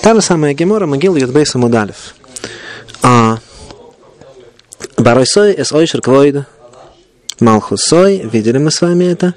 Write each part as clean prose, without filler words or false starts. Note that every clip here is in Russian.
Та же самая Гемора, могил Юдбейс Амудалев. Баройсой эс ойшер квойд Малхусой, видели мы с вами это.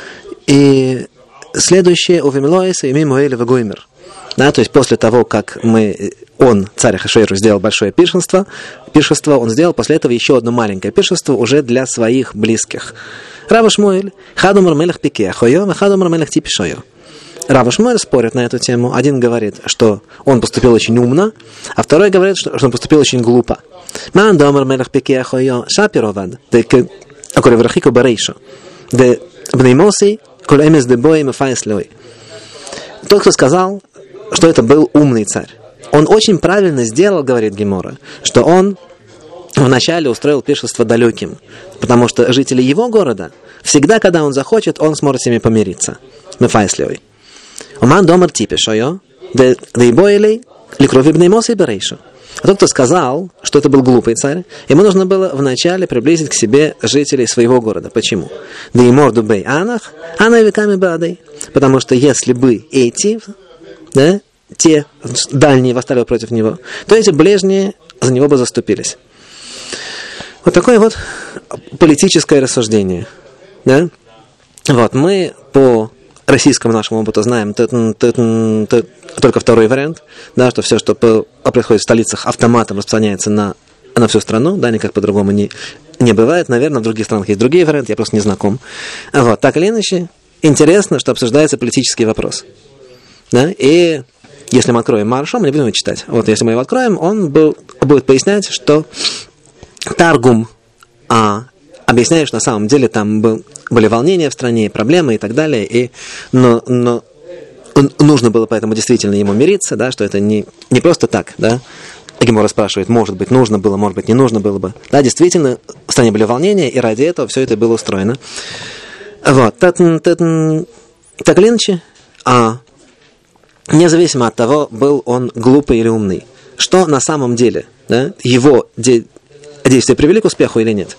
И следующее, увемлоиса имей Муэля Вагуймер. Да, то есть после того, как царь Ахашвейрош сделал большое пиршество, он сделал после этого еще одно маленькое пиршество уже для своих близких. Рав Шмуэль, хадумар мелех пикехойо, хадумар мелех типишойо. Рав Шмуэль спорит на эту тему. Один говорит, что он поступил очень умно, а второй говорит, что он поступил очень глупо. Ман домар мелех пикехойо, шапировад, акори врахико барейшо, де бнеймоси, коль эмес де бой мафайслой. Тот, кто сказал, что это был умный царь, он очень правильно сделал, говорит Гемора, что он вначале устроил пиршество далеким, потому что жители его города, всегда, когда он захочет, он сможет с ними помириться. Мефайслёй. Уман домар типишойо, де бойли ликрови бнеймоси берейшу. А тот, кто сказал, что это был глупый царь, ему нужно было вначале приблизить к себе жителей своего города. Почему? Да и морду бей анах, ана веками бадой. Потому что если бы эти, да, те дальние восставил против него, то эти ближние за него бы заступились. Вот такое вот политическое рассуждение. Да? Вот, мы по российскому нашему опыту знаем только второй вариант, да, что все, что происходит в столицах, автоматом распространяется на всю страну, да, никак по-другому не бывает. Наверное, в других странах есть другие варианты, я просто не знаком. Вот, так или иначе, интересно, что обсуждается политический вопрос. Да? И если мы откроем Маршо, мы не будем его читать. Вот, если мы его откроем, он будет пояснять, что Таргум объясняет, что на самом деле там были волнения в стране, проблемы и так далее, но нужно было поэтому действительно ему мириться, да, что это не просто так, да. Гемора спрашивает, может быть, нужно было, может быть, не нужно было бы. Да, действительно, в стране были волнения, и ради этого все это было устроено. Вот, так или иначе, независимо от того, был он глупый или умный, что на самом деле, да, его действия привели к успеху или нет?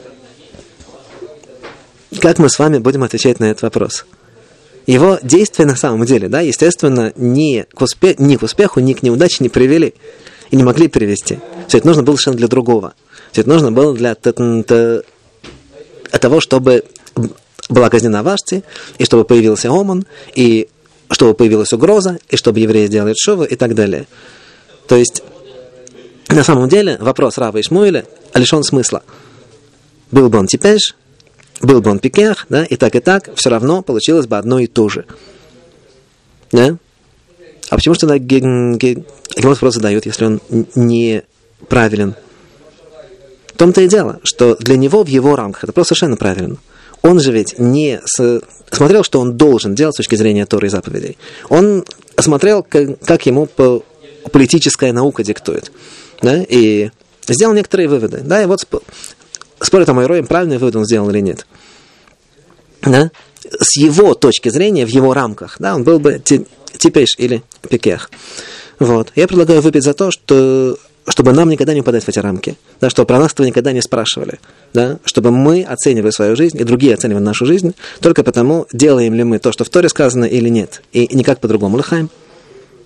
Как мы с вами будем отвечать на этот вопрос? Его действия на самом деле, да, естественно, ни к успеху, ни к неудаче не привели и не могли привести. Все это нужно было совершенно для другого. Все это нужно было для того, чтобы была казнена Вашти, и чтобы появился Омон, и чтобы появилась угроза, и чтобы евреи сделали шуву и так далее. То есть, на самом деле, вопрос Рава и Шмуэля лишен смысла. Был бы он типеш, был бы он пикех, да, и так, все равно получилось бы одно и то же. Да? А почему же тогда Гемора вопрос задает, если он неправилен? В том-то и дело, что для него в его рамках это просто совершенно правильно. Он же ведь не смотрел, что он должен делать с точки зрения Торы и заповедей. Он смотрел, как ему политическая наука диктует. Да? И сделал некоторые выводы. Да? И вот спорят о Мойроем, правильный вывод он сделал или нет. Да? С его точки зрения, в его рамках, да, он был бы типеш или пикех. Вот. Я предлагаю выпить за то, чтобы нам никогда не упадать в эти рамки. Да, чтобы про нас этого никогда не спрашивали. Да, чтобы мы оценивали свою жизнь, и другие оценивали нашу жизнь, только потому, делаем ли мы то, что в Торе сказано, или нет. И никак по-другому. Лыхаем.